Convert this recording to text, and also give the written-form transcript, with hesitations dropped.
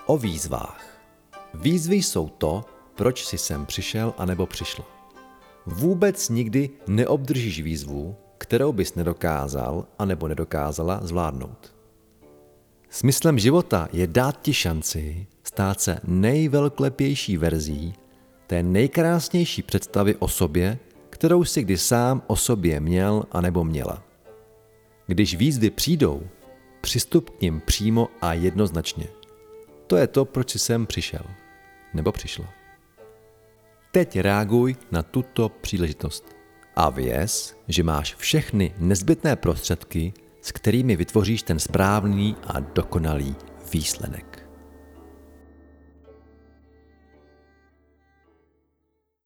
O výzvách. Výzvy jsou to, proč jsi sem přišel anebo přišla. Vůbec nikdy neobdržíš výzvu, kterou bys nedokázal anebo nedokázala zvládnout. Smyslem života je dát ti šanci stát se nejvelkolepější verzí té nejkrásnější představy o sobě, kterou jsi kdy sám o sobě měl anebo měla. Když výzvy přijdou, přistup k nim přímo a jednoznačně. To je to, proč jsi sem přišel nebo přišla. Teď reaguj na tuto příležitost a věz, že máš všechny nezbytné prostředky, s kterými vytvoříš ten správný a dokonalý výsledek.